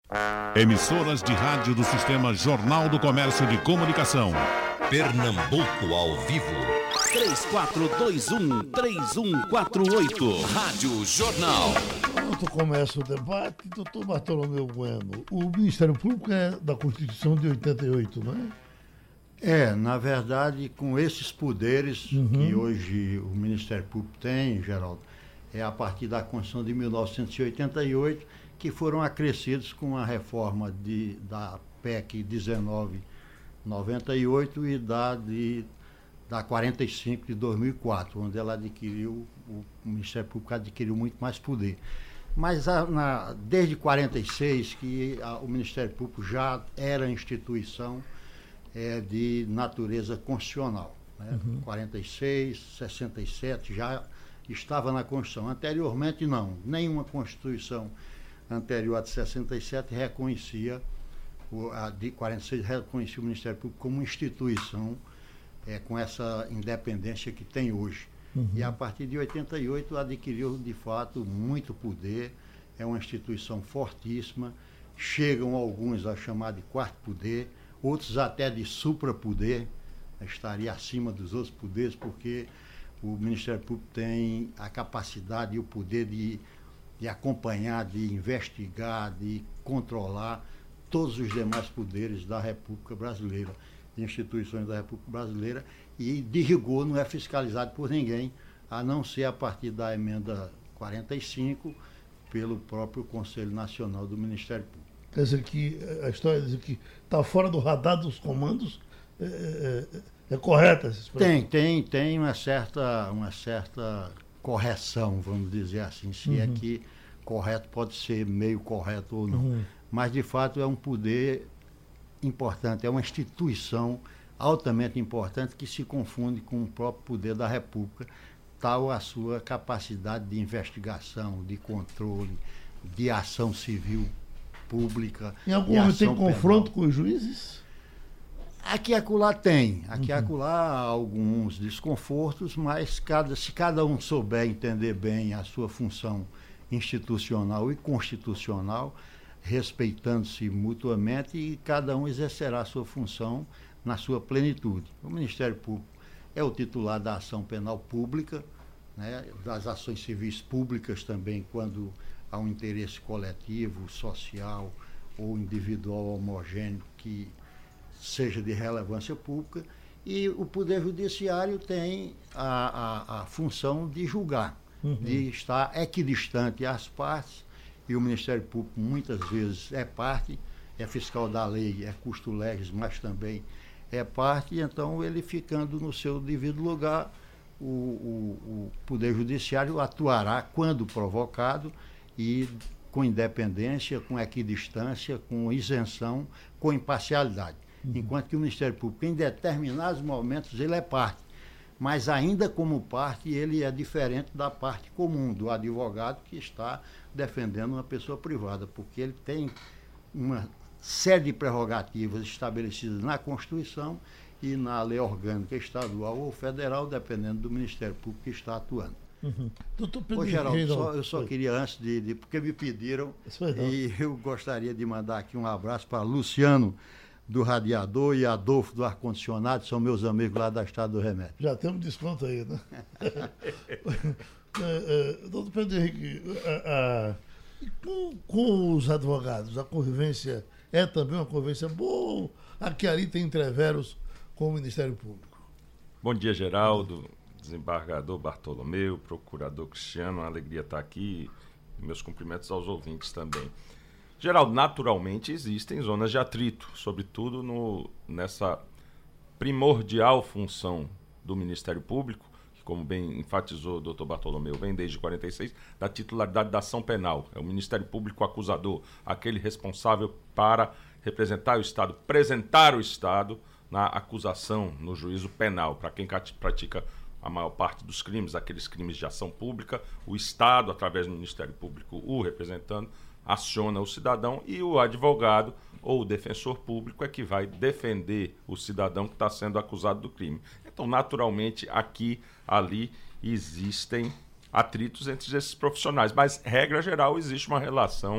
Emissoras de rádio do Sistema Jornal do Comércio de Comunicação. Pernambuco ao vivo. 3421-3148. Rádio Jornal. Quando começa o debate, doutor Bartolomeu Bueno, o Ministério Público é da Constituição de 88, não é? Na verdade, com esses poderes que hoje o Ministério Público tem, Geraldo, é a partir da Constituição de 1988, que foram acrescidos com a reforma da PEC 1998 e da 45 de 2004, onde ela adquiriu, o Ministério Público adquiriu muito mais poder. Mas desde 46 que o Ministério Público já era instituição de natureza constitucional. 46, 67 já estava na Constituição. Anteriormente não, nenhuma Constituição anterior a de 67 reconhecia, a de 46 reconhecia o Ministério Público como instituição com essa independência que tem hoje. E a partir de 88 adquiriu de fato muito poder, é uma instituição fortíssima, chegam alguns a chamar de quarto poder, outros até de suprapoder, estaria acima dos outros poderes, porque o Ministério Público tem a capacidade e o poder de acompanhar, de investigar, de controlar todos os demais poderes da República Brasileira, de instituições da República Brasileira, e de rigor não é fiscalizado por ninguém, a não ser a partir da emenda 45, pelo próprio Conselho Nacional do Ministério Público. Quer dizer que a história diz que está fora do radar dos comandos, é correta essa expressão? Tem uma certa correção, vamos dizer assim, se é que correto pode ser meio correto ou não. Mas, de fato, é um poder importante, é uma instituição altamente importante que se confunde com o próprio poder da República, tal a sua capacidade de investigação, de controle, de ação civil pública. Em algum momento tem confronto com os juízes? Aqui e acolá tem. Aqui e acolá há alguns desconfortos, mas se cada um souber entender bem a sua função institucional e constitucional, respeitando-se mutuamente, e cada um exercerá a sua função na sua plenitude. O Ministério Público é o titular da ação penal pública, das ações civis públicas também, quando há um interesse coletivo, social ou individual homogêneo que seja de relevância pública, e o Poder Judiciário tem a função de julgar, de estar equidistante às partes, e o Ministério Público muitas vezes é parte, é fiscal da lei, é custo legis, mas também é parte, e então ele ficando no seu devido lugar, o Poder Judiciário atuará quando provocado e com independência, com equidistância, com isenção, com imparcialidade. Enquanto que o Ministério Público, em determinados momentos, ele é parte. Mas ainda como parte, ele é diferente da parte comum, do advogado que está defendendo uma pessoa privada, porque ele tem uma série de prerrogativas estabelecidas na Constituição e na lei orgânica estadual ou federal, dependendo do Ministério Público que está atuando. Ô, Geraldo, eu só queria, antes porque me pediram, e eu gostaria de mandar aqui um abraço para Luciano, do Radiador, e Adolfo, do Ar-Condicionado, são meus amigos lá da Estrada do Remédio. Já temos desconto aí, né? Doutor Pedro Henrique, com os advogados, a convivência é também uma convivência boa? Aqui ali tem entreveros com o Ministério Público? Bom dia, Geraldo, desembargador Bartolomeu, procurador Cristiano, uma alegria estar aqui, meus cumprimentos aos ouvintes também. Geraldo, naturalmente existem zonas de atrito, sobretudo nessa primordial função do Ministério Público, que, como bem enfatizou o doutor Bartolomeu, vem desde 46, da titularidade da ação penal. É o Ministério Público acusador, aquele responsável para representar o Estado, apresentar o Estado na acusação, no juízo penal. Para quem pratica a maior parte dos crimes, aqueles crimes de ação pública, o Estado, através do Ministério Público, o representando, aciona o cidadão, e o advogado ou o defensor público é que vai defender o cidadão que está sendo acusado do crime. Então, naturalmente, aqui, ali, existem atritos entre esses profissionais, mas, regra geral, existe uma relação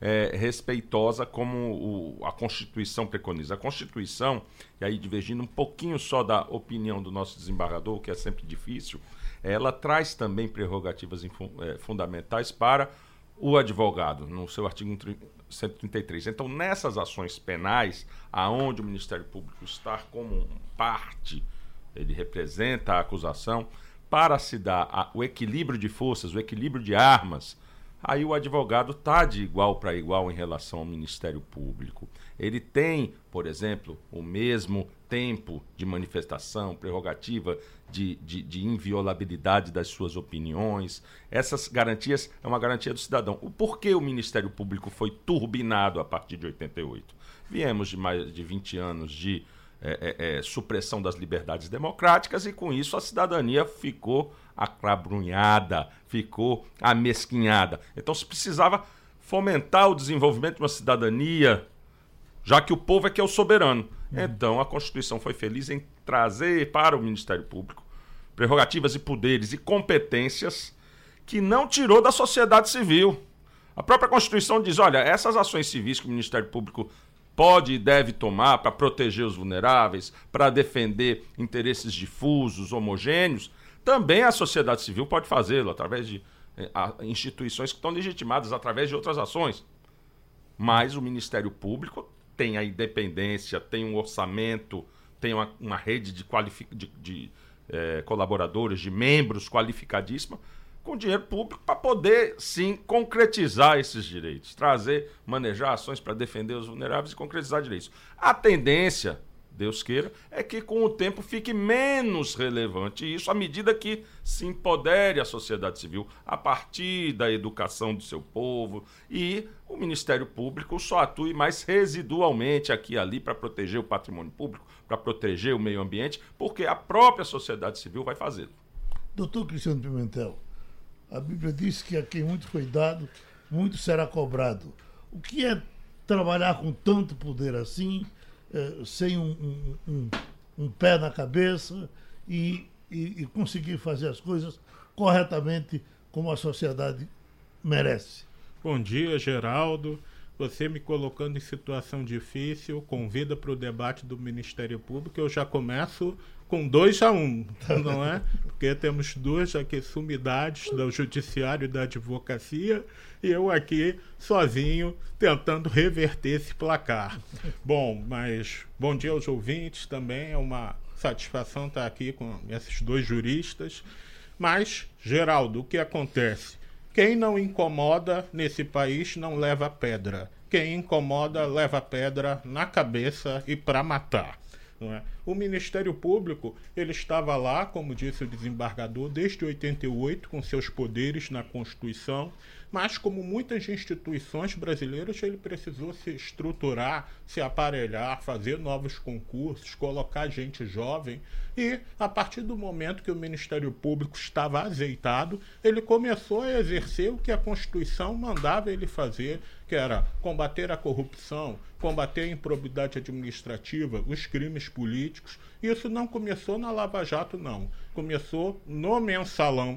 respeitosa como a Constituição preconiza. A Constituição, e aí divergindo um pouquinho só da opinião do nosso desembargador, que é sempre difícil, ela traz também prerrogativas fundamentais para o advogado, no seu artigo 133. Então, nessas ações penais, aonde o Ministério Público está como parte, ele representa a acusação, para se dar o equilíbrio de forças, o equilíbrio de armas, aí o advogado está de igual para igual em relação ao Ministério Público. Ele tem, por exemplo, o mesmo tempo de manifestação, prerrogativa de inviolabilidade das suas opiniões. Essas garantias é uma garantia do cidadão. O porquê o Ministério Público foi turbinado a partir de 88? Viemos de mais de 20 anos de supressão das liberdades democráticas e, com isso, a cidadania ficou aclabrunhada, ficou amesquinhada. Então, se precisava fomentar o desenvolvimento de uma cidadania, já que o povo é que é o soberano. Então, a Constituição foi feliz em trazer para o Ministério Público prerrogativas e poderes e competências que não tirou da sociedade civil. A própria Constituição diz, olha, essas ações civis que o Ministério Público pode e deve tomar para proteger os vulneráveis, para defender interesses difusos, homogêneos, também a sociedade civil pode fazê-lo através de instituições que estão legitimadas através de outras ações. Mas o Ministério Público tem a independência, tem um orçamento, tem uma rede de colaboradores, de membros qualificadíssima, com dinheiro público para poder, sim, concretizar esses direitos, manejar ações para defender os vulneráveis e concretizar direitos. A tendência, Deus queira, é que com o tempo fique menos relevante isso à medida que se empodere a sociedade civil a partir da educação do seu povo e o Ministério Público só atue mais residualmente aqui e ali para proteger o patrimônio público, para proteger o meio ambiente, porque a própria sociedade civil vai fazê-lo. Doutor Cristiano Pimentel, a Bíblia diz que a quem muito foi dado, muito será cobrado. O que é trabalhar com tanto poder assim, sem um pé na cabeça e conseguir fazer as coisas corretamente como a sociedade merece? Bom dia, Geraldo. Você me colocando em situação difícil, convida para o debate do Ministério Público, eu já começo com 2-1, não é? Porque temos duas aqui sumidades do Judiciário e da Advocacia, e eu aqui sozinho tentando reverter esse placar. Bom, mas bom dia aos ouvintes também, é uma satisfação estar aqui com esses dois juristas. Mas, Geraldo, o que acontece? Quem não incomoda nesse país não leva pedra. Quem incomoda leva pedra na cabeça e para matar. Não é? O Ministério Público, ele estava lá, como disse o desembargador, desde 88, com seus poderes na Constituição, mas como muitas instituições brasileiras, ele precisou se estruturar, se aparelhar, fazer novos concursos, colocar gente jovem, e a partir do momento que o Ministério Público estava azeitado, ele começou a exercer o que a Constituição mandava ele fazer, que era combater a corrupção, combater a improbidade administrativa, os crimes políticos. Isso não começou na Lava Jato, não. Começou no Mensalão,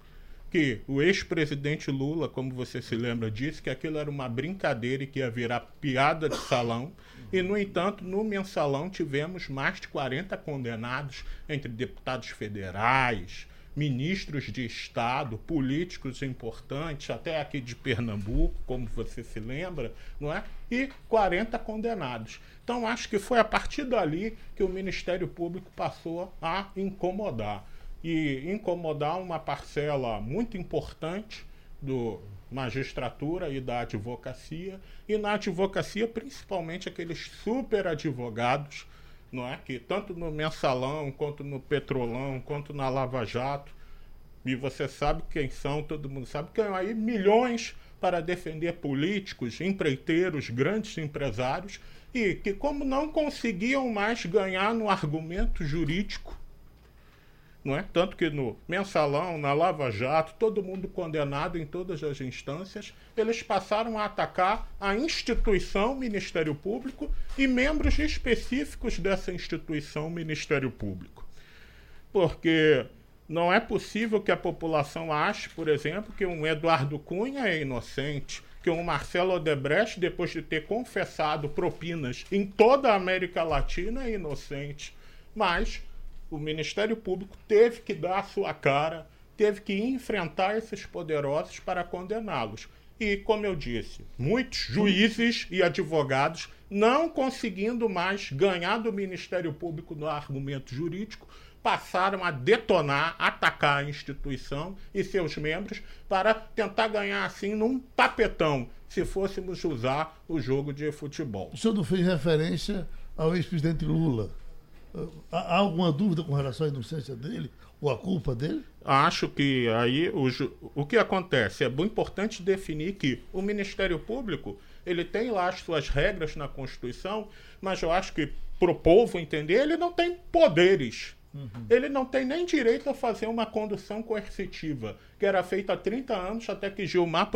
que o ex-presidente Lula, como você se lembra, disse que aquilo era uma brincadeira e que ia virar piada de salão. E, no entanto, no Mensalão tivemos mais de 40 condenados entre deputados federais, ministros de Estado, políticos importantes, até aqui de Pernambuco, como você se lembra, não é? E 40 condenados. Então, acho que foi a partir dali que o Ministério Público passou a incomodar. E incomodar uma parcela muito importante da magistratura e da advocacia, e na advocacia principalmente aqueles super advogados, não é? Que tanto no Mensalão, quanto no Petrolão, quanto na Lava Jato, e você sabe quem são, todo mundo sabe, que aí milhões para defender políticos, empreiteiros, grandes empresários, e que como não conseguiam mais ganhar no argumento jurídico, não é? Tanto que no Mensalão, na Lava Jato, todo mundo condenado em todas as instâncias, eles passaram a atacar a instituição Ministério Público e membros específicos dessa instituição Ministério Público. Porque não é possível que a população ache, por exemplo, que um Eduardo Cunha é inocente, que o Marcelo Odebrecht, depois de ter confessado propinas em toda a América Latina, é inocente. Mas o Ministério Público teve que dar a sua cara, teve que enfrentar esses poderosos para condená-los. E, como eu disse, muitos juízes e advogados, não conseguindo mais ganhar do Ministério Público no argumento jurídico, passaram a detonar, atacar a instituição e seus membros para tentar ganhar assim num tapetão, se fôssemos usar o jogo de futebol. O senhor não fez referência ao ex-presidente Lula. Há alguma dúvida com relação à inocência dele ou à culpa dele? Acho que aí o que acontece é muito importante definir que o Ministério Público ele tem lá as suas regras na Constituição, mas eu acho que para o povo entender ele não tem poderes. Ele não tem nem direito a fazer uma condução coercitiva, que era feita há 30 anos até que Gilmar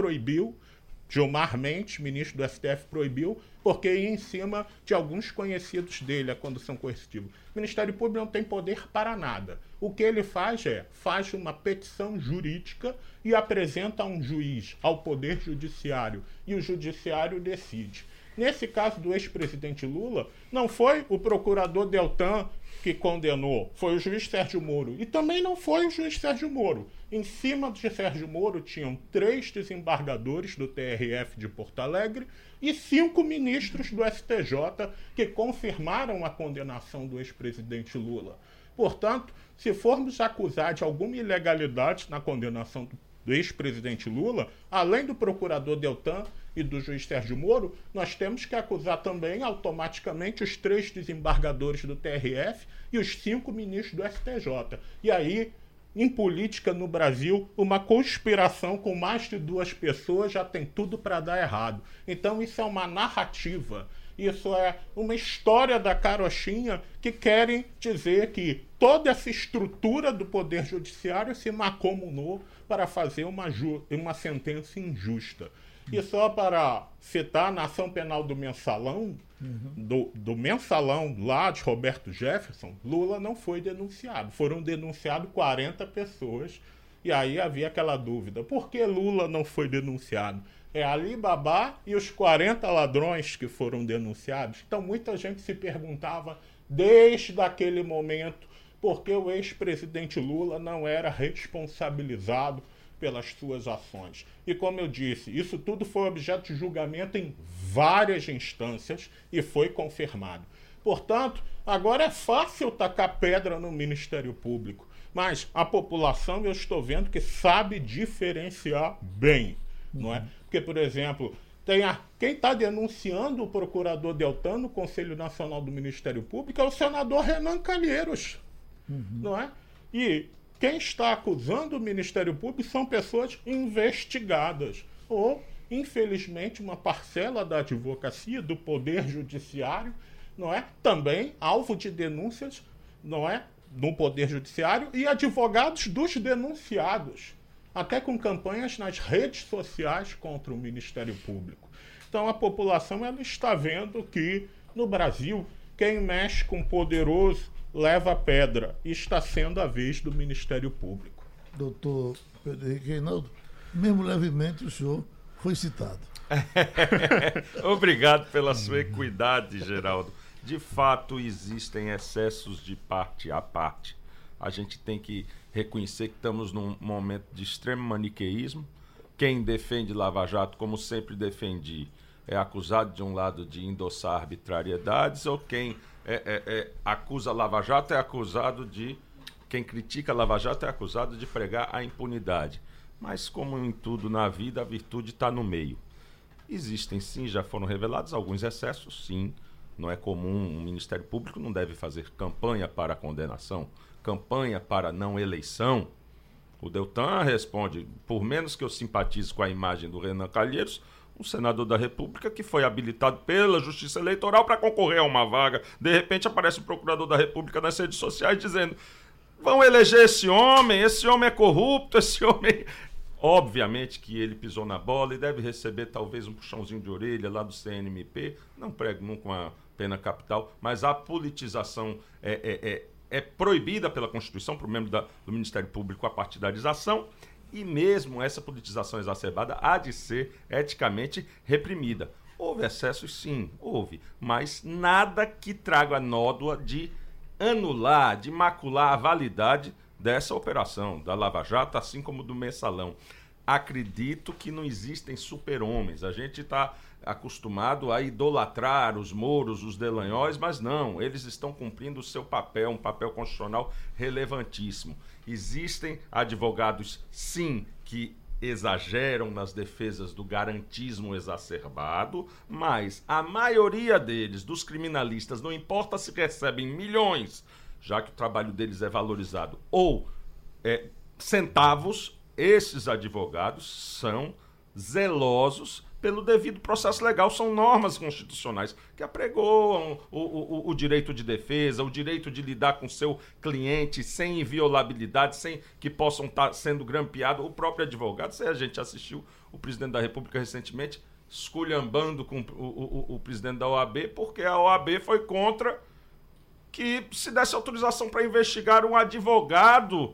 Mendes, ministro do STF, proibiu, porque ia em cima de alguns conhecidos dele a condução coercitiva. O Ministério Público não tem poder para nada. O que ele faz faz uma petição jurídica e apresenta a um juiz, ao Poder Judiciário, e o Judiciário decide. Nesse caso do ex-presidente Lula, não foi o procurador Deltan que condenou, foi o juiz Sérgio Moro. E também não foi o juiz Sérgio Moro. Em cima de Sérgio Moro tinham 3 desembargadores do TRF de Porto Alegre e 5 ministros do STJ que confirmaram a condenação do ex-presidente Lula. Portanto, se formos acusar de alguma ilegalidade na condenação do ex-presidente Lula, além do procurador Deltan e do juiz Sérgio Moro, nós temos que acusar também automaticamente os 3 desembargadores do TRF e os 5 ministros do STJ. E aí, em política no Brasil, uma conspiração com mais de 2 pessoas já tem tudo para dar errado. Então isso é uma narrativa, isso é uma história da carochinha que querem dizer que toda essa estrutura do Poder Judiciário se macomunou para fazer uma sentença injusta. E só para citar a nação penal do Mensalão, do Mensalão lá de Roberto Jefferson, Lula não foi denunciado. Foram denunciadas 40 pessoas. E aí havia aquela dúvida, por que Lula não foi denunciado? É Alibaba e os 40 ladrões que foram denunciados. Então muita gente se perguntava, desde aquele momento, por que o ex-presidente Lula não era responsabilizado pelas suas ações. E como eu disse, isso tudo foi objeto de julgamento em várias instâncias e foi confirmado. Portanto, agora é fácil tacar pedra no Ministério Público, mas a população eu estou vendo que sabe diferenciar bem, não é? Porque, por exemplo, quem está denunciando o procurador Deltan no Conselho Nacional do Ministério Público é o senador Renan Calheiros, não é? E quem está acusando o Ministério Público são pessoas investigadas. Ou, infelizmente, uma parcela da advocacia, do Poder Judiciário, não é? Também alvo de denúncias, não é? No Poder Judiciário e advogados dos denunciados. Até com campanhas nas redes sociais contra o Ministério Público. Então a população ela está vendo que, no Brasil, quem mexe com poderoso leva pedra, e está sendo a vez do Ministério Público. Doutor Pedro Henrique Reinaldo, mesmo levemente o senhor foi citado. Obrigado pela sua equidade, Geraldo. De fato, existem excessos de parte a parte. A gente tem que reconhecer que estamos num momento de extremo maniqueísmo. Quem defende Lava Jato, como sempre defendi, é acusado de um lado de endossar arbitrariedades, ou quem acusa Lava Jato é acusado de... Quem critica Lava Jato é acusado de pregar a impunidade. Mas, como em tudo na vida, a virtude está no meio. Existem, sim, já foram revelados alguns excessos, sim. Não é comum, o Ministério Público não deve fazer campanha para condenação, campanha para não eleição. O Deltan responde, por menos que eu simpatize com a imagem do Renan Calheiros, um senador da República que foi habilitado pela Justiça Eleitoral para concorrer a uma vaga. De repente aparece o procurador da República nas redes sociais dizendo: vão eleger esse homem é corrupto, esse homem... Obviamente que ele pisou na bola e deve receber talvez um puxãozinho de orelha lá do CNMP, não prego nunca uma pena capital, mas a politização é proibida pela Constituição para o membro do Ministério Público a partidarização. E mesmo essa politização exacerbada há de ser eticamente reprimida. Houve excessos, sim, houve, mas nada que traga a nódoa de anular, de macular a validade dessa operação, da Lava Jato, assim como do Mensalão. Acredito que não existem super-homens. A gente está acostumado a idolatrar os Moros, os Delanhóis, mas não, eles estão cumprindo o seu papel, um papel constitucional relevantíssimo. Existem advogados, sim, que exageram nas defesas do garantismo exacerbado, mas a maioria deles, dos criminalistas, não importa se recebem milhões, já que o trabalho deles é valorizado, ou centavos, esses advogados são zelosos pelo devido processo legal. São normas constitucionais que apregoam o direito de defesa, o direito de lidar com seu cliente sem inviolabilidade, sem que possam estar sendo grampeados. O próprio advogado, se a gente assistiu o presidente da República recentemente esculhambando com o presidente da OAB, porque a OAB foi contra que se desse autorização para investigar um advogado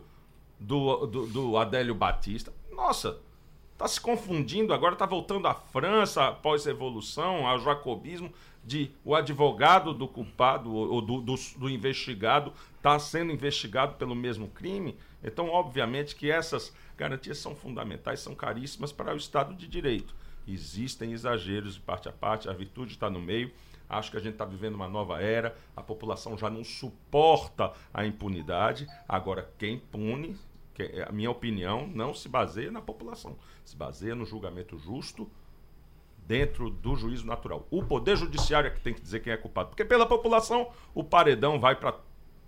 do Adélio Batista. Nossa, está se confundindo agora, está voltando à França após a Revolução, ao jacobismo, de o advogado do culpado ou do investigado está sendo investigado pelo mesmo crime. Então, obviamente que essas garantias são fundamentais, são caríssimas para o Estado de Direito. Existem exageros de parte a parte, a virtude está no meio. Acho que a gente está vivendo uma nova era, a população já não suporta a impunidade. Agora, quem pune, a minha opinião, não se baseia na população, se baseia no julgamento justo dentro do juízo natural. O Poder Judiciário é que tem que dizer quem é culpado, porque pela população o paredão vai para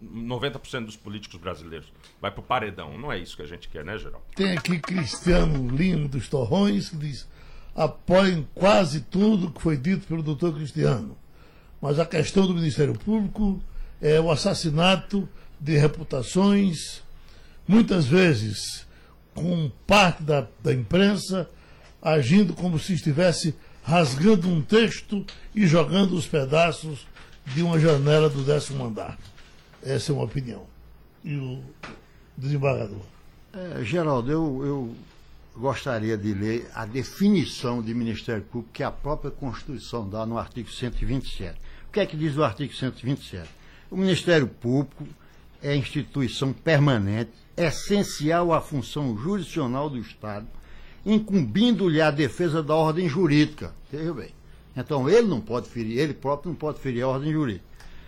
90% dos políticos brasileiros. Vai para o paredão. Não é isso que a gente quer, né, Geraldo? Tem aqui Cristiano Lima dos Torrões, que diz: apoiem quase tudo que foi dito pelo doutor Cristiano. Mas a questão do Ministério Público é o assassinato de reputações, muitas vezes com parte da imprensa agindo como se estivesse rasgando um texto e jogando os pedaços de uma janela do 10º andar. Essa é uma opinião. E o desembargador? Geraldo, eu gostaria de ler a definição de Ministério Público que a própria Constituição dá no artigo 127. O que é que diz o artigo 127? O Ministério Público é instituição permanente, essencial à função jurisdicional do Estado, incumbindo-lhe a defesa da ordem jurídica. Veja bem. Então, ele próprio não pode ferir a ordem jurídica.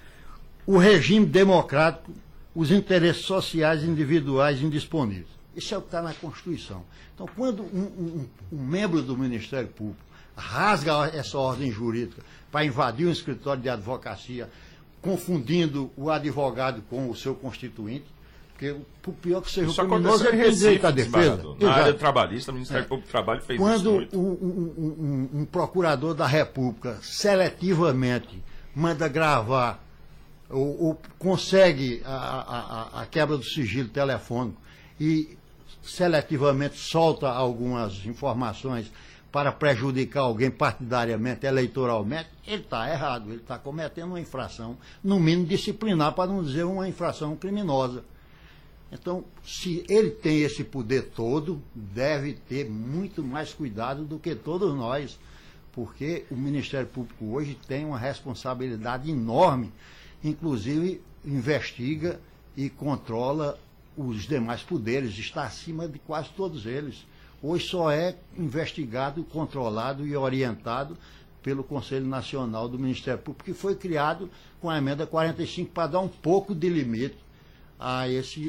O regime democrático, os interesses sociais individuais indisponíveis. Isso é o que está na Constituição. Então, quando um membro do Ministério Público rasga essa ordem jurídica para invadir um escritório de advocacia, confundindo o advogado com o seu constituinte, porque por pior que seja o criminoso, ele tem direito à defesa. Na área trabalhista, o Ministério Público do Trabalho fez isso muito. Quando um procurador da República seletivamente manda gravar ou consegue a quebra do sigilo telefônico e seletivamente solta algumas informações para prejudicar alguém partidariamente, eleitoralmente, ele está errado, ele está cometendo uma infração, no mínimo disciplinar, para não dizer uma infração criminosa. Então, se ele tem esse poder todo, deve ter muito mais cuidado do que todos nós, porque o Ministério Público hoje tem uma responsabilidade enorme, inclusive investiga e controla os demais poderes, está acima de quase todos eles. Hoje só é investigado, controlado e orientado pelo Conselho Nacional do Ministério Público, que foi criado com a emenda 45 para dar um pouco de limite a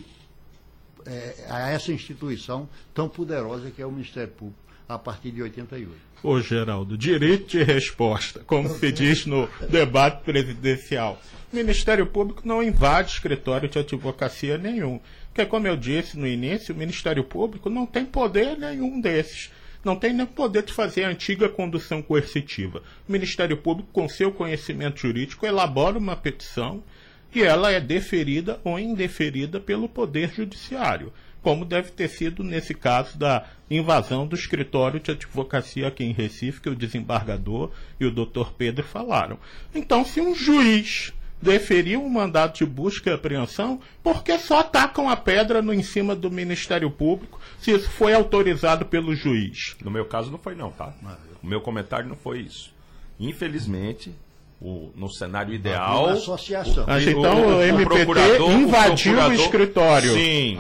essa instituição tão poderosa que é o Ministério Público, a partir de 88. Ô, Geraldo, direito de resposta, como se diz no debate presidencial. O Ministério Público não invade escritório de advocacia nenhum. Porque, como eu disse no início, o Ministério Público não tem poder nenhum desses. Não tem nem poder de fazer a antiga condução coercitiva. O Ministério Público, com seu conhecimento jurídico, elabora uma petição e ela é deferida ou indeferida pelo Poder Judiciário, como deve ter sido nesse caso da invasão do escritório de advocacia aqui em Recife, que o desembargador e o doutor Pedro falaram. Então, se um juiz deferir um mandato de busca e apreensão porque só tacam a pedra em cima do Ministério Público se isso foi autorizado pelo juiz. No meu caso não foi não, tá? O meu comentário não foi isso. Infelizmente, no cenário ideal... Uma associação. Mas então o MPT invadiu o escritório. Sim,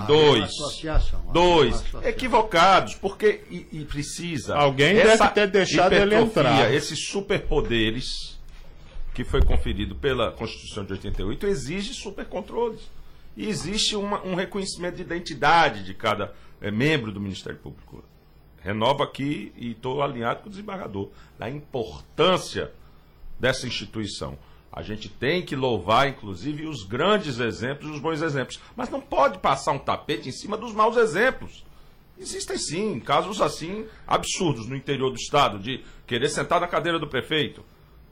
dois. Equivocados, porque e precisa... Alguém deve ter deixado ele entrar. Esses superpoderes que foi conferido pela Constituição de 88 exige supercontroles. E existe um reconhecimento de identidade de cada membro do Ministério Público. Renovo aqui e estou alinhado com o desembargador da importância dessa instituição. A gente tem que louvar, inclusive, os grandes exemplos e os bons exemplos. Mas não pode passar um tapete em cima dos maus exemplos. Existem, sim, casos assim absurdos no interior do Estado, de querer sentar na cadeira do prefeito.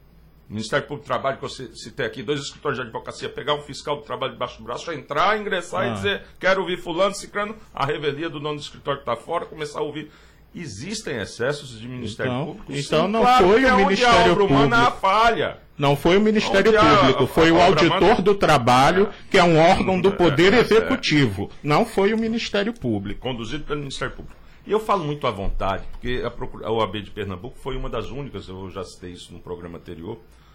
O Ministério Público do Trabalho, que eu citei aqui, 2 escritórios de advocacia, pegar um fiscal do trabalho debaixo do braço, entrar, ingressar e dizer, quero ouvir fulano, ciclano, a revelia do dono do escritório que está fora, começar a ouvir. Existem excessos de Ministério Público? Então sim, não claro, foi o Ministério Público. A falha. Não foi o Ministério Público, foi o Auditor do Trabalho, que é um órgão do Poder Executivo. Não foi o Ministério Público. Conduzido pelo Ministério Público. E eu falo muito à vontade, porque a OAB de Pernambuco foi uma das únicas, eu já citei isso no programa anterior,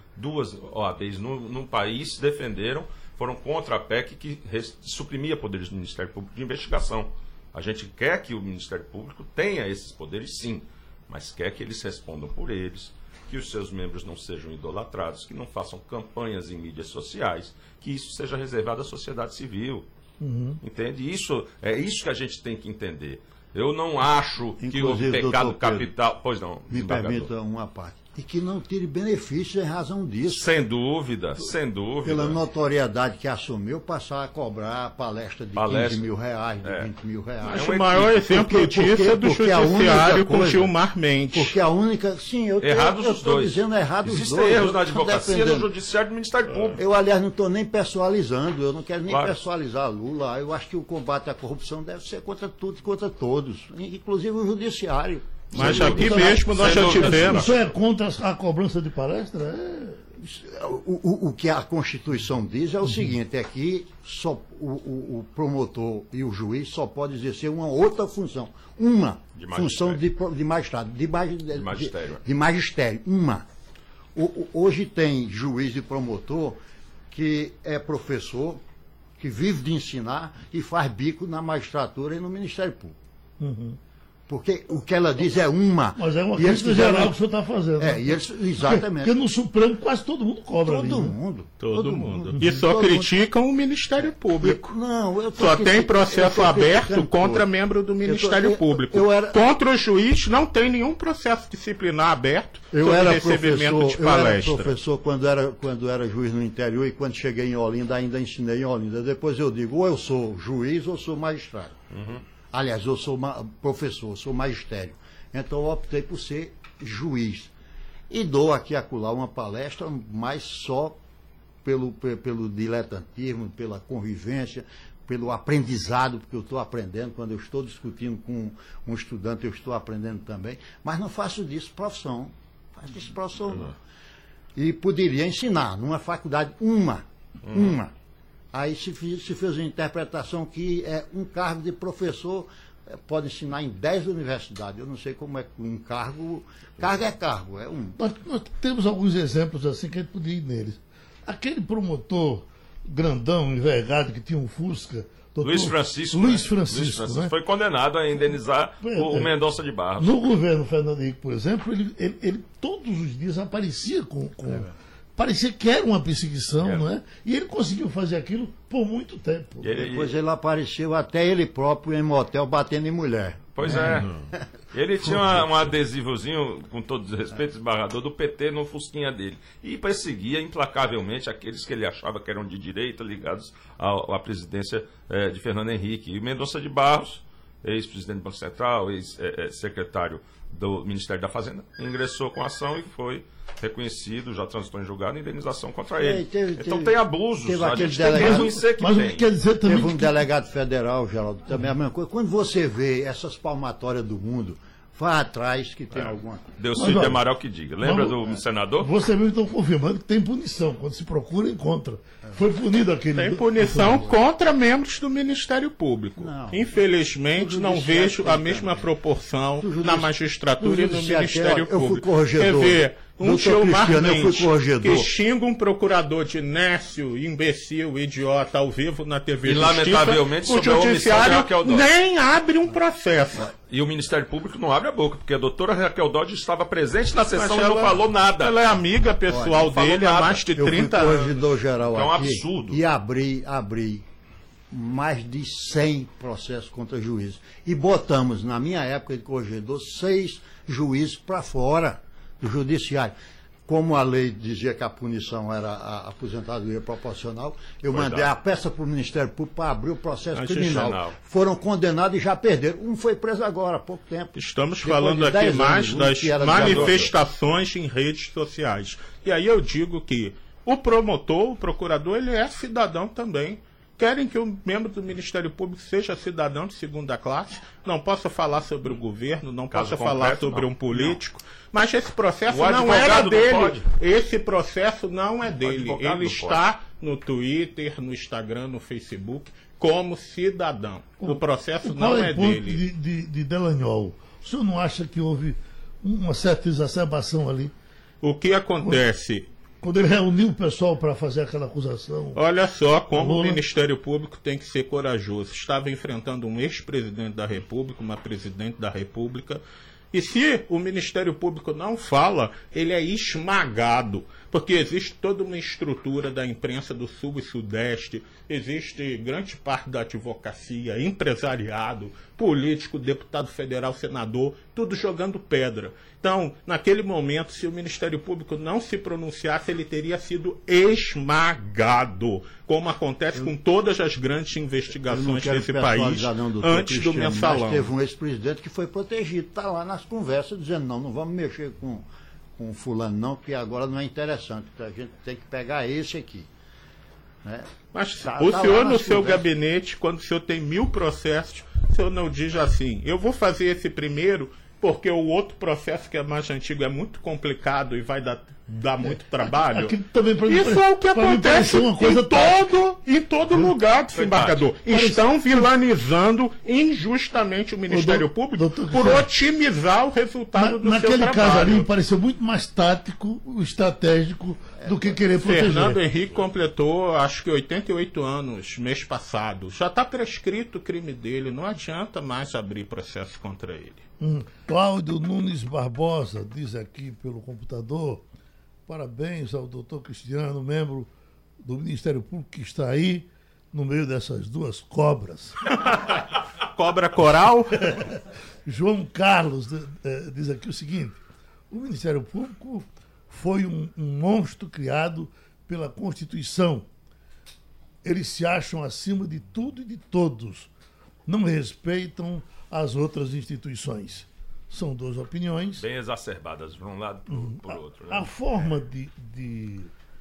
2 OABs no país defenderam, foram contra a PEC que suprimia poderes do Ministério Público de investigação. A gente quer que o Ministério Público tenha esses poderes, sim, mas quer que eles respondam por eles, que os seus membros não sejam idolatrados, que não façam campanhas em mídias sociais, que isso seja reservado à sociedade civil. Entende? É isso que a gente tem que entender. Eu não acho que o pecado capital... Pois não, me permita uma parte. E que não tire benefício em razão disso. Sem dúvida, sem dúvida. Pela notoriedade que assumiu, passar a cobrar palestra de 15 mil reais, de 20 mil reais. Mas o maior exemplo disso é do Judiciário com Gilmar Mendes. Porque a única... Sim, eu estou dizendo errado os dois. Existem erros na advocacia, no Judiciário e no Ministério Público. Eu, aliás, não estou nem pessoalizando, eu não quero nem pessoalizar Lula. Eu acho que o combate à corrupção deve ser contra tudo e contra todos, inclusive o Judiciário. Mas aqui mesmo nós já tivemos. Isso é contra a cobrança de palestra? O que a Constituição diz é o seguinte, é que só o promotor e o juiz só pode exercer uma outra função. Uma função de magistrado, de magistério. Uma. Hoje tem juiz e promotor que é professor, que vive de ensinar e faz bico na magistratura e no Ministério Público. Porque o que ela diz é uma. Mas é uma crítica geral que o senhor está fazendo. Exatamente. Porque no Supremo quase todo mundo cobra. Todo mundo. E só criticam o Ministério Público. Só tem processo aberto contra membro do Ministério Público. Contra o juiz não tem nenhum processo disciplinar aberto sobre recebimento de palestra. Eu era professor quando era juiz no interior e quando cheguei em Olinda ainda ensinei em Olinda. Depois eu digo, ou eu sou juiz ou sou magistrado. Aliás, eu sou professor, sou magistério. Então eu optei por ser juiz. E dou aqui e acolá uma palestra, mas só pelo diletantismo, pela convivência, pelo aprendizado, porque eu estou aprendendo. Quando eu estou discutindo com um estudante, eu estou aprendendo também. Mas não faço disso profissão. Faço disso profissão não. E poderia ensinar numa faculdade uma. Aí se fez uma interpretação que é um cargo de professor, pode ensinar em 10 universidades. Eu não sei como é que um cargo... Cargo é cargo, é um... Nós temos alguns exemplos assim que a gente podia ir neles. Aquele promotor grandão, envergado, que tinha um Fusca... Luiz Francisco, né? Foi condenado a indenizar o Mendonça de Barros. No governo Fernando Henrique, por exemplo, ele todos os dias aparecia parecia que era uma perseguição, não é? E ele conseguiu fazer aquilo por muito tempo. Depois ele apareceu até ele próprio em motel batendo em mulher. Pois é. Ele tinha um adesivozinho, com todo respeito, desembargador, do PT no fusquinha dele. E perseguia implacavelmente aqueles que ele achava que eram de direita, ligados à presidência de Fernando Henrique. E Mendonça de Barros, ex-presidente do Banco Central, ex-secretário do Ministério da Fazenda, ingressou com a ação e foi reconhecido, já transitou em julgado, indenização contra ele. Então tem abusos. A gente tem que reconhecer que mas tem. Quer dizer também teve um delegado federal, Geraldo, também a mesma coisa. Quando você vê essas palmatórias do mundo, vá atrás que tem alguma coisa. Delcídio de Amaral que diga. Lembra do senador? Você mesmo está confirmando que tem punição. Quando se procura, encontra. Foi punido aquele... Tem punição contra membros do Ministério Público. Não. Infelizmente, não vejo a mesma proporção na magistratura e no Ministério Eu fui Público. corregedor. Quer ver, um Gilmar Mendes que que xinga um procurador de nécio, imbecil, idiota, ao vivo na TV E, lamentavelmente, o sobre a omissão de Judiciário Raquel Dodge. nem abre um processo. E o Ministério Público não abre a boca, porque a doutora Raquel Dodge estava presente na sessão e Mas não falou nada. Ela é amiga pessoal não falou dele há nada. mais de eu fui 30 anos. corregedor geral É um aqui absurdo. e abri mais de 100 processos contra juízes. E botamos, na minha época de corregedor, 6 juízes para fora do judiciário. Como a lei dizia que a punição era a aposentadoria proporcional, eu mandei a peça para o Ministério Público para abrir o processo criminal. Foram condenados e já perderam. Um foi preso agora, há pouco tempo. Estamos Depois falando de aqui 10 mais anos, das que era manifestações em redes sociais. E aí eu digo que o promotor, o procurador, ele é cidadão também. Querem que o membro do Ministério Público seja cidadão de segunda classe, não possa falar sobre o governo, não possa falar sobre um político, mas esse processo não era dele. Esse processo não é dele. Ele está no Twitter, no Instagram, no Facebook, como cidadão. O processo não é dele. De Dallagnol, o senhor não acha que houve uma certa exacerbação ali? O que acontece? Quando ele reuniu o pessoal para fazer aquela acusação. Olha só como o Ministério Público tem que ser corajoso. Estava enfrentando um ex-presidente da República, uma presidente da República. E se o Ministério Público não fala, ele é esmagado. Porque existe toda uma estrutura da imprensa do Sul e Sudeste, existe grande parte da advocacia, empresariado, político, deputado federal, senador, tudo jogando pedra. Então, naquele momento, se o Ministério Público não se pronunciasse, ele teria sido esmagado, como acontece com todas as grandes investigações desse país antes do mensalão. Mas teve um ex-presidente que foi protegido, está lá nas conversas dizendo, não vamos mexer com fulano não, porque agora não é interessante, a gente tem que pegar esse aqui. Né? Mas o senhor no seu gabinete, quando o senhor tem 1000 processos, o senhor não diz assim, eu vou fazer esse primeiro porque o outro processo que é mais antigo é muito complicado e vai dar muito trabalho. Isso é o que acontece em todo lugar, desembargador. Estão vilanizando injustamente o Ministério Público por otimizar o resultado do seu trabalho. Naquele caso ali, me pareceu muito mais tático, estratégico, do que querer proteger. Fernando Henrique completou, acho que 88 anos, mês passado. Já está prescrito o crime dele, não adianta mais abrir processo contra ele. Cláudio Nunes Barbosa diz aqui pelo computador: parabéns ao doutor Cristiano, membro do Ministério Público, que está aí no meio dessas duas cobras. Cobra coral? João Carlos diz aqui o seguinte: o Ministério Público foi um monstro criado pela Constituição. Eles se acham acima de tudo e de todos. Não respeitam as outras instituições. São duas opiniões. Bem exacerbadas, de um lado por outro. Né? A forma de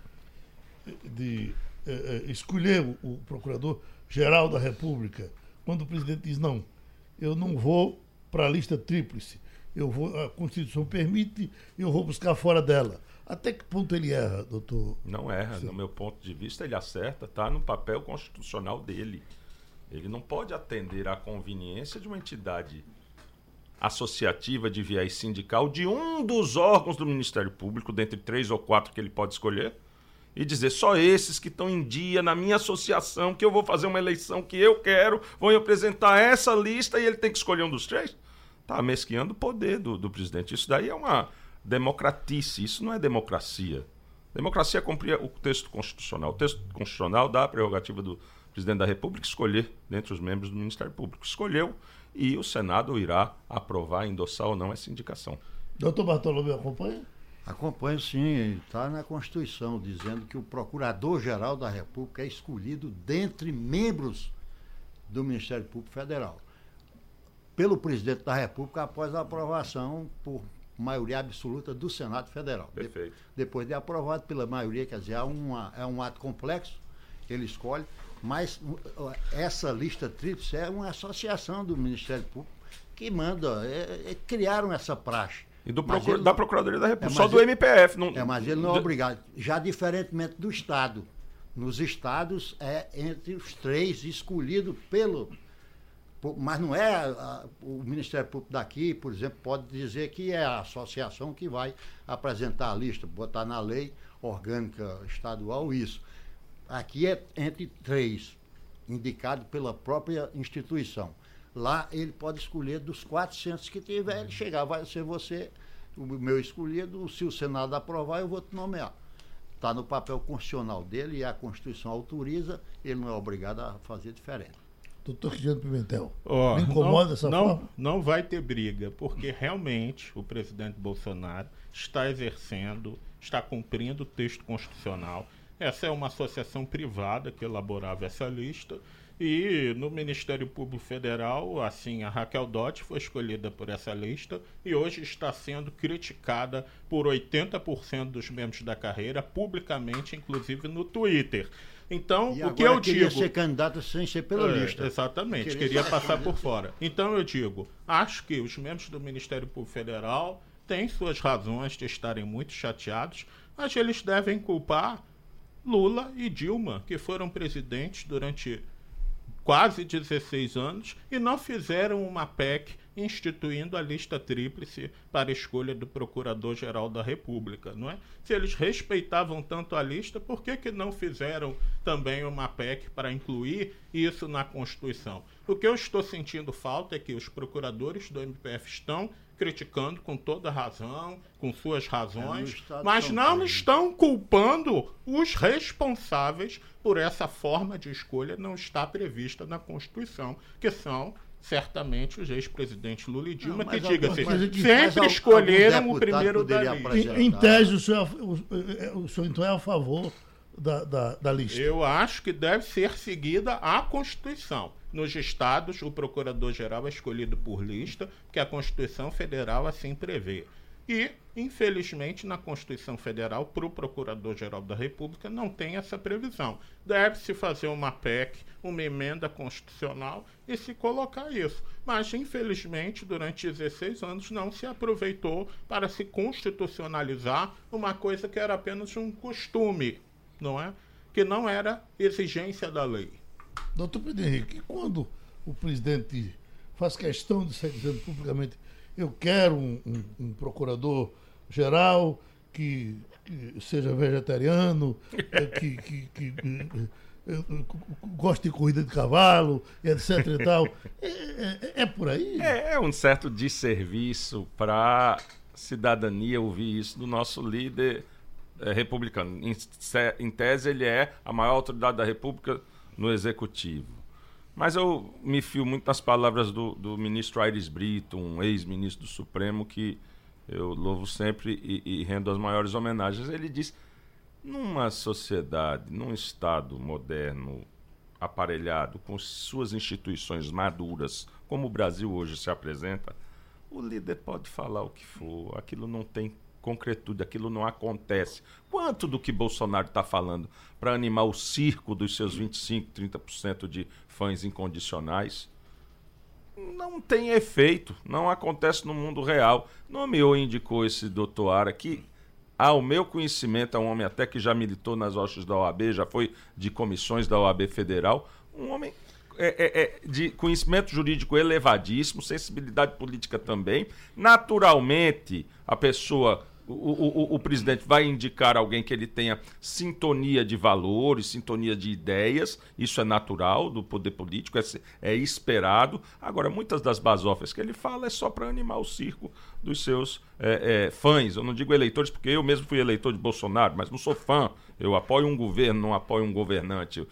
escolher o Procurador-Geral da República, quando o presidente diz, não, eu não vou para a lista tríplice, a Constituição permite, eu vou buscar fora dela. Até que ponto ele erra, doutor? Não erra. No meu ponto de vista, ele acerta, está no papel constitucional dele. Ele não pode atender à conveniência de uma entidade associativa de viés sindical de um dos órgãos do Ministério Público, dentre 3 ou 4 que ele pode escolher, e dizer só esses que estão em dia na minha associação, que eu vou fazer uma eleição que eu quero, vão apresentar essa lista e ele tem que escolher um dos 3? Está amesqueando o poder do presidente. Isso daí é uma democratice, isso não é democracia. Democracia é cumprir o texto constitucional. O texto constitucional dá a prerrogativa do presidente da República escolher dentre os membros do Ministério Público. Escolheu e o Senado irá aprovar, endossar ou não essa indicação. Doutor Bartolomeu, acompanha? Acompanho sim, está na Constituição, dizendo que o Procurador-Geral da República é escolhido dentre membros do Ministério Público Federal, pelo Presidente da República, após a aprovação por maioria absoluta do Senado Federal. Perfeito. Depois de aprovado pela maioria, quer dizer, é um ato complexo, ele escolhe, mas essa lista tríplice é uma associação do Ministério Público que manda. Criaram essa praxe. E da Procuradoria da República, só do ele, MPF. Não, mas ele não é obrigado. Já diferentemente do Estado. Nos estados é entre os 3 escolhido mas não é o Ministério Público daqui, por exemplo, pode dizer que é a associação que vai apresentar a lista, botar na lei orgânica estadual isso. Aqui é entre 3, indicado pela própria instituição. Lá ele pode escolher dos 400 que tiver, ele chegar, vai ser você, o meu escolhido, se o Senado aprovar, eu vou te nomear. Está no papel constitucional dele e a Constituição autoriza, ele não é obrigado a fazer diferente. Doutor Cristiano Pimentel, me incomoda essa forma? Não vai ter briga, porque realmente o presidente Bolsonaro está está cumprindo o texto constitucional. Essa é uma associação privada que elaborava essa lista e no Ministério Público Federal, assim, a Raquel Dodge foi escolhida por essa lista e hoje está sendo criticada por 80% dos membros da carreira, publicamente, inclusive no Twitter. Então, o que eu digo... queria ser candidato sem ser pela lista. Exatamente, queria passar por fora. Então, eu digo, acho que os membros do Ministério Público Federal têm suas razões de estarem muito chateados, mas eles devem culpar Lula e Dilma, que foram presidentes durante quase 16 anos e não fizeram uma PEC instituindo a lista tríplice para a escolha do Procurador-Geral da República, não é? Se eles respeitavam tanto a lista, por que não fizeram também uma PEC para incluir isso na Constituição? O que eu estou sentindo falta é que os procuradores do MPF estão criticando com toda razão, com suas razões, mas não estão culpando os responsáveis por essa forma de escolha não estar prevista na Constituição, que são certamente os ex-presidentes Lula e Dilma, que diga-se, sempre escolheram o primeiro da lista. Em tese, o senhor então é a favor da lista? Eu acho que deve ser seguida a Constituição. Nos estados, o procurador-geral é escolhido por lista, porque a Constituição Federal assim prevê. E, infelizmente, na Constituição Federal, para o Procurador-Geral da República, não tem essa previsão. Deve-se fazer uma PEC, uma emenda constitucional e se colocar isso. Mas, infelizmente, durante 16 anos não se aproveitou para se constitucionalizar uma coisa que era apenas um costume, não é? Que não era exigência da lei. Doutor Pedro Henrique, quando o presidente faz questão de sair dizendo publicamente: eu quero um procurador-geral que seja vegetariano, que goste de corrida de cavalo, etc e tal. É por aí? É um certo desserviço para a cidadania ouvir isso do nosso líder republicano. Em tese, ele é a maior autoridade da República no Executivo. Mas eu me fio muito nas palavras do ministro Aires Brito, um ex-ministro do Supremo, que eu louvo sempre e rendo as maiores homenagens. Ele diz: numa sociedade, num Estado moderno, aparelhado, com suas instituições maduras, como o Brasil hoje se apresenta, o líder pode falar o que for, aquilo não tem concretude, aquilo não acontece. Quanto do que Bolsonaro está falando para animar o circo dos seus 25%, 30% de fãs incondicionais não tem efeito, não acontece no mundo real. Nomeou e indicou esse doutor Ara, que, ao meu conhecimento, é um homem até que já militou nas hostes da OAB, já foi de comissões da OAB Federal, um homem de conhecimento jurídico elevadíssimo, sensibilidade política também. Naturalmente, a pessoa, o presidente vai indicar alguém que ele tenha sintonia de valores, sintonia de ideias. Isso é natural do poder político, é esperado. Agora, muitas das basófias que ele fala é só para animar o circo dos seus fãs. Eu não digo eleitores, porque eu mesmo fui eleitor de Bolsonaro, mas não sou fã. Eu apoio um governo, não apoio um governante.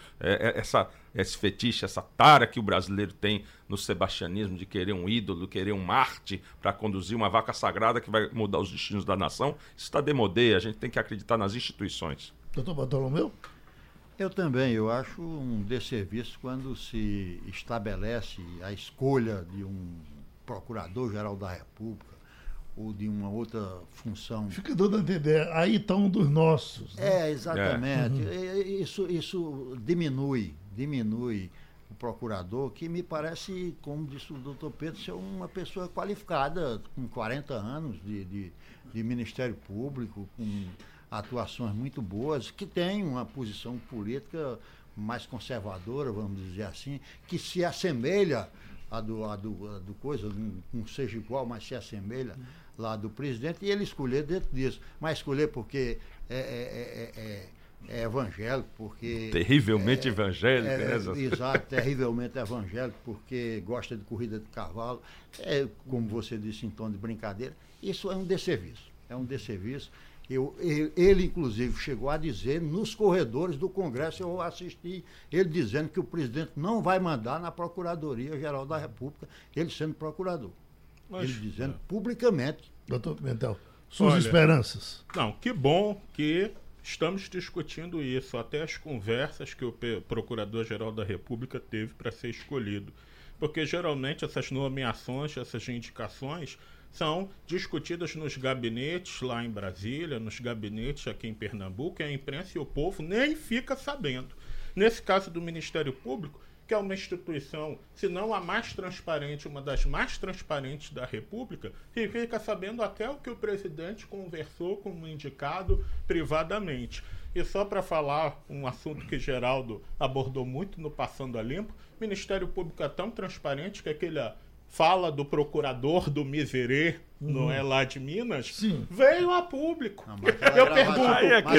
Esse fetiche, essa tara que o brasileiro tem no sebastianismo de querer um ídolo, querer um Marte para conduzir uma vaca sagrada que vai mudar os destinos da nação, isso está demodé. A gente tem que acreditar nas instituições. Doutor Bartolomeu? Eu também, eu acho um desserviço quando se estabelece a escolha de um procurador-geral da República ou de uma outra função. Fica dando a entender, aí está um dos nossos. Né? Exatamente. Isso diminui procurador que me parece, como disse o doutor Pedro, ser uma pessoa qualificada, com 40 anos de Ministério Público, com atuações muito boas, que tem uma posição política mais conservadora, vamos dizer assim, que se assemelha à do coisa, não seja igual, mas se assemelha lá do presidente, e ele escolher dentro disso. Mas escolher porque é evangélico, porque... Terrivelmente evangélico, né? Exato, terrivelmente evangélico, porque gosta de corrida de cavalo, como você disse em tom de brincadeira, isso é um desserviço, Ele, inclusive, chegou a dizer nos corredores do Congresso, eu assisti ele dizendo que o presidente não vai mandar na Procuradoria-Geral da República, ele sendo procurador. Ele dizendo publicamente. Doutor Pimentel, suas esperanças. Não, que bom que estamos discutindo isso, até as conversas que o Procurador-Geral da República teve para ser escolhido. Porque, geralmente, essas nomeações, essas indicações são discutidas nos gabinetes lá em Brasília, nos gabinetes aqui em Pernambuco, e a imprensa e o povo nem fica sabendo. Nesse caso do Ministério Público, que é uma instituição, se não a mais transparente, uma das mais transparentes da República, e fica sabendo até o que o presidente conversou com o indicado privadamente. E só para falar um assunto que Geraldo abordou muito no Passando a Limpo, o Ministério Público é tão transparente que aquele fala do procurador do Miserê, não é lá de Minas, Sim. veio a público. Eu pergunto,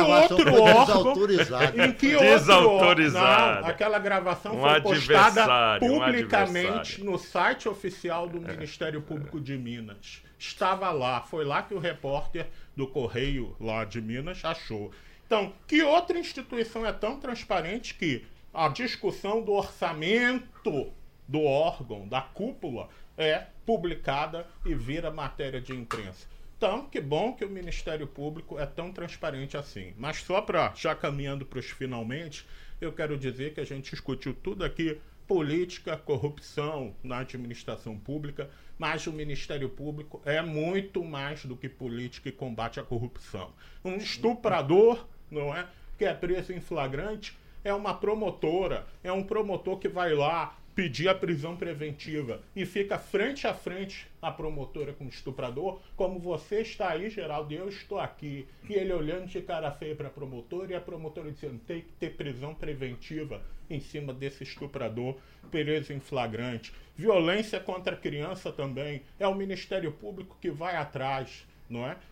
em que outro não, aquela gravação foi postada publicamente no site oficial do Ministério Público de Minas. Estava lá, foi lá que o repórter do Correio lá de Minas achou. Então, que outra instituição é tão transparente que a discussão do orçamento do órgão, da cúpula, é publicada e vira matéria de imprensa? Então, que bom que o Ministério Público é tão transparente assim. Mas só para, já caminhando para os finalmente, eu quero dizer que a gente discutiu tudo aqui, política, corrupção na administração pública, mas o Ministério Público é muito mais do que política e combate à corrupção. Um estuprador, não é, que é preso em flagrante, é uma promotora, é um promotor que vai lá pedir a prisão preventiva e fica frente a frente a promotora com o estuprador, como você está aí, Geraldo, e eu estou aqui, e ele olhando de cara feia para a promotora, e a promotora dizendo tem que ter prisão preventiva em cima desse estuprador preso em flagrante. Violência contra a criança também, é o Ministério Público que vai atrás, não é?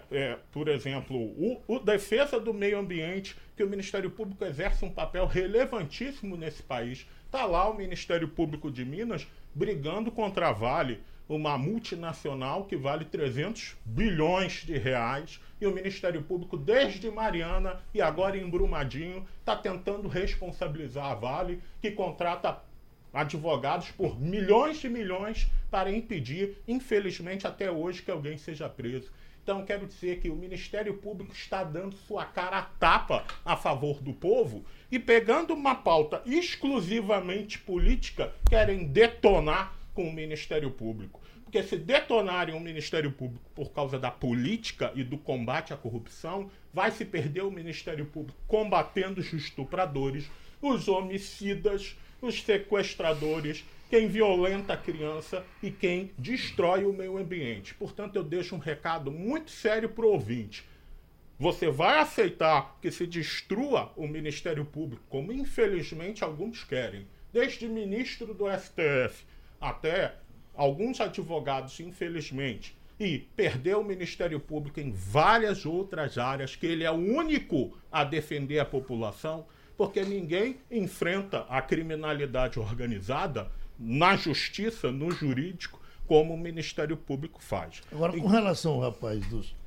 Por exemplo, o defesa do meio ambiente, que o Ministério Público exerce um papel relevantíssimo nesse país. Está lá o Ministério Público de Minas brigando contra a Vale, uma multinacional que vale 300 bilhões de reais, e o Ministério Público, desde Mariana e agora em Brumadinho, está tentando responsabilizar a Vale, que contrata advogados por milhões de milhões para impedir, infelizmente até hoje, que alguém seja preso. Então, quero dizer que o Ministério Público está dando sua cara a tapa a favor do povo e, pegando uma pauta exclusivamente política, querem detonar com o Ministério Público. Porque se detonarem o Ministério Público por causa da política e do combate à corrupção, vai se perder o Ministério Público combatendo os estupradores, os homicidas, os sequestradores, quem violenta a criança e quem destrói o meio ambiente. Portanto, eu deixo um recado muito sério para o ouvinte. Você vai aceitar que se destrua o Ministério Público, como infelizmente alguns querem, desde ministro do STF até alguns advogados, infelizmente, e perder o Ministério Público em várias outras áreas, que ele é o único a defender a população, porque ninguém enfrenta a criminalidade organizada na justiça, no jurídico, como o Ministério Público faz. Agora, com relação, rapaz,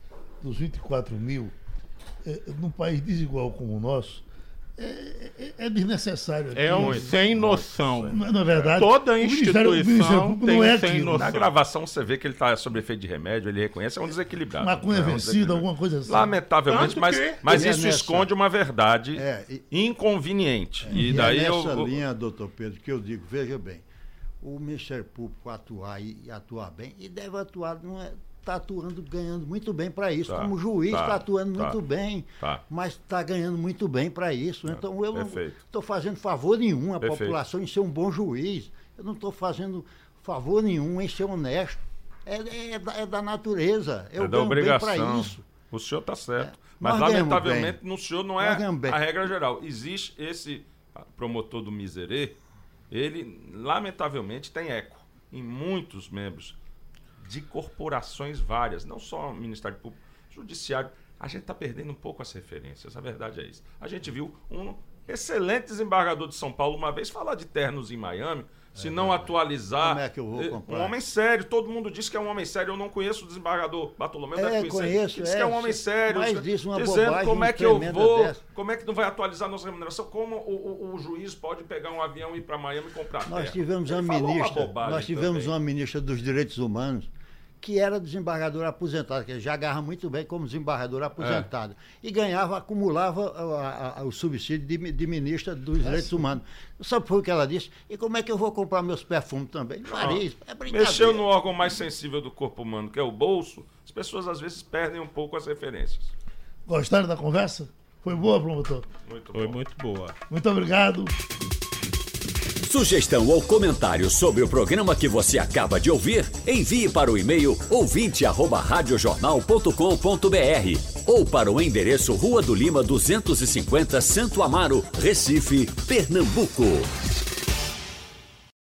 dos 24 mil, num país desigual como o nosso, é desnecessário. É um sem noção. Na verdade, toda instituição tem sem noção. Na gravação você vê que ele está sob efeito de remédio, ele reconhece, é um desequilibrado. Maconha vencida, alguma coisa assim. Lamentavelmente, mas isso esconde uma verdade inconveniente. E daí nessa linha, doutor Pedro, que eu digo, veja bem, o Ministério Público atuar e atuar bem, e deve atuar, não é está atuando, ganhando muito bem para isso. Tá, Como juiz, está atuando tá, muito bem, mas está ganhando muito bem para isso. Então, eu não estou fazendo favor nenhum à população em ser um bom juiz. Eu não estou fazendo favor nenhum em ser honesto. É da natureza. Eu da obrigação. Bem para isso. O senhor está certo. Mas, lamentavelmente, no senhor não é a regra geral. Existe esse promotor do Miserê, ele, lamentavelmente, tem eco em muitos membros de corporações várias, não só o Ministério Público, Judiciário. A gente está perdendo um pouco as referências, a verdade é isso. A gente viu um excelente desembargador de São Paulo uma vez falar de ternos em Miami, se não atualizar. Como é que eu vou comprar? Um homem sério, todo mundo diz que é um homem sério. Eu não conheço o desembargador Bartolomeu, deve conhecer. Diz que é um homem sério. Mas diz uma dizendo bobagem como é que eu vou, dessa. como é que não vai atualizar nossa remuneração, como o juiz pode pegar um avião e ir para Miami e comprar Nós terra. tivemos uma ministra dos Direitos Humanos que era desembargadora aposentada, que já agarra muito bem como desembargadora aposentada. E acumulava o subsídio de ministra dos Direitos Humanos. Sabe o que ela disse? E como é que eu vou comprar meus perfumes também? Nariz, é brincadeira. Mexeu no órgão mais sensível do corpo humano, que é o bolso, as pessoas às vezes perdem um pouco as referências. Gostaram da conversa? Foi boa, promotor? Foi muito boa. Muito obrigado. Sugestão ou comentário sobre o programa que você acaba de ouvir, envie para o e-mail ouvinte@radiojornal.com.br ou para o endereço Rua do Lima 250, Santo Amaro, Recife, Pernambuco.